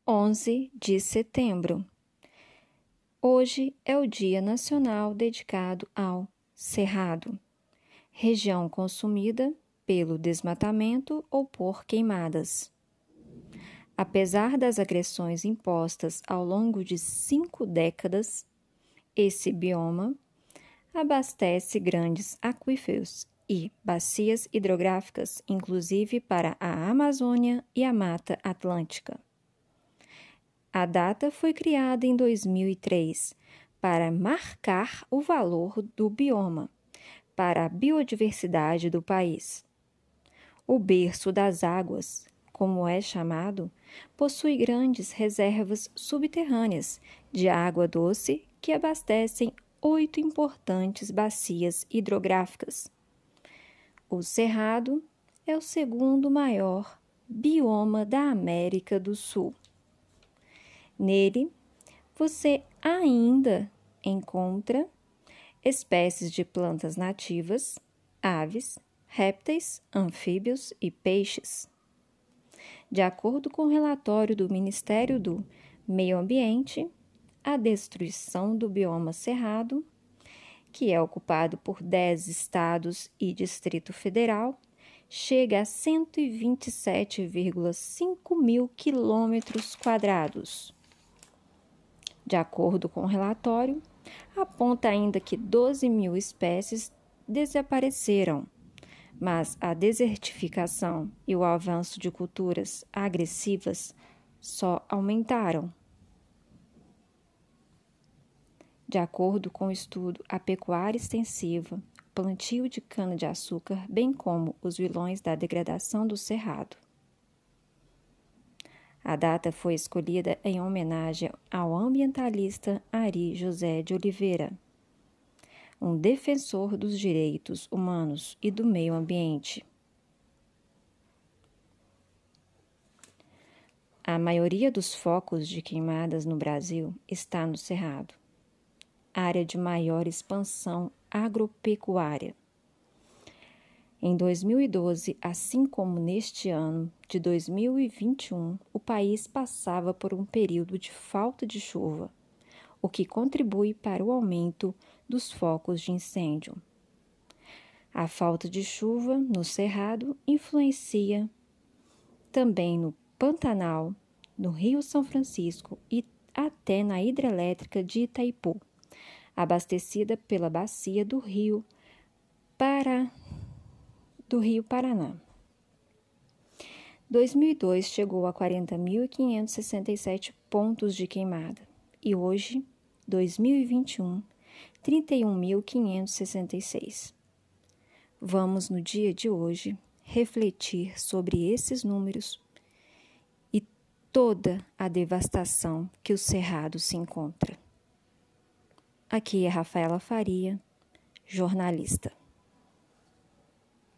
11 de setembro. Hoje é o Dia Nacional dedicado ao Cerrado, região consumida pelo desmatamento ou por queimadas. Apesar das agressões impostas ao longo de 5 décadas, esse bioma abastece grandes aquíferos e bacias hidrográficas, inclusive para a Amazônia e a Mata Atlântica. A data foi criada em 2003 para marcar o valor do bioma para a biodiversidade do país. O berço das águas, como é chamado, possui grandes reservas subterrâneas de água doce que abastecem 8 importantes bacias hidrográficas. O Cerrado é o segundo maior bioma da América do Sul. Nele, você ainda encontra espécies de plantas nativas, aves, répteis, anfíbios e peixes. De acordo com o relatório do Ministério do Meio Ambiente, a destruição do bioma cerrado, que é ocupado por 10 estados e Distrito Federal, chega a 127,5 mil quilômetros quadrados. De acordo com o relatório, aponta ainda que 12 mil espécies desapareceram, mas a desertificação e o avanço de culturas agressivas só aumentaram. De acordo com o estudo, a pecuária extensiva, o plantio de cana-de-açúcar, bem como os vilões da degradação do cerrado. A data foi escolhida em homenagem ao ambientalista Ari José de Oliveira, um defensor dos direitos humanos e do meio ambiente. A maioria dos focos de queimadas no Brasil está no Cerrado, área de maior expansão agropecuária. Em 2012, assim como neste ano de 2021, o país passava por um período de falta de chuva, o que contribui para o aumento dos focos de incêndio. A falta de chuva no Cerrado influencia também no Pantanal, no Rio São Francisco e até na hidrelétrica de Itaipu, abastecida pela bacia do Rio Paraná. 2002 chegou a 40.567 pontos de queimada e hoje, 2021, 31.566. Vamos, no dia de hoje, refletir sobre esses números e toda a devastação que o Cerrado se encontra. Aqui é Rafaela Faria, jornalista.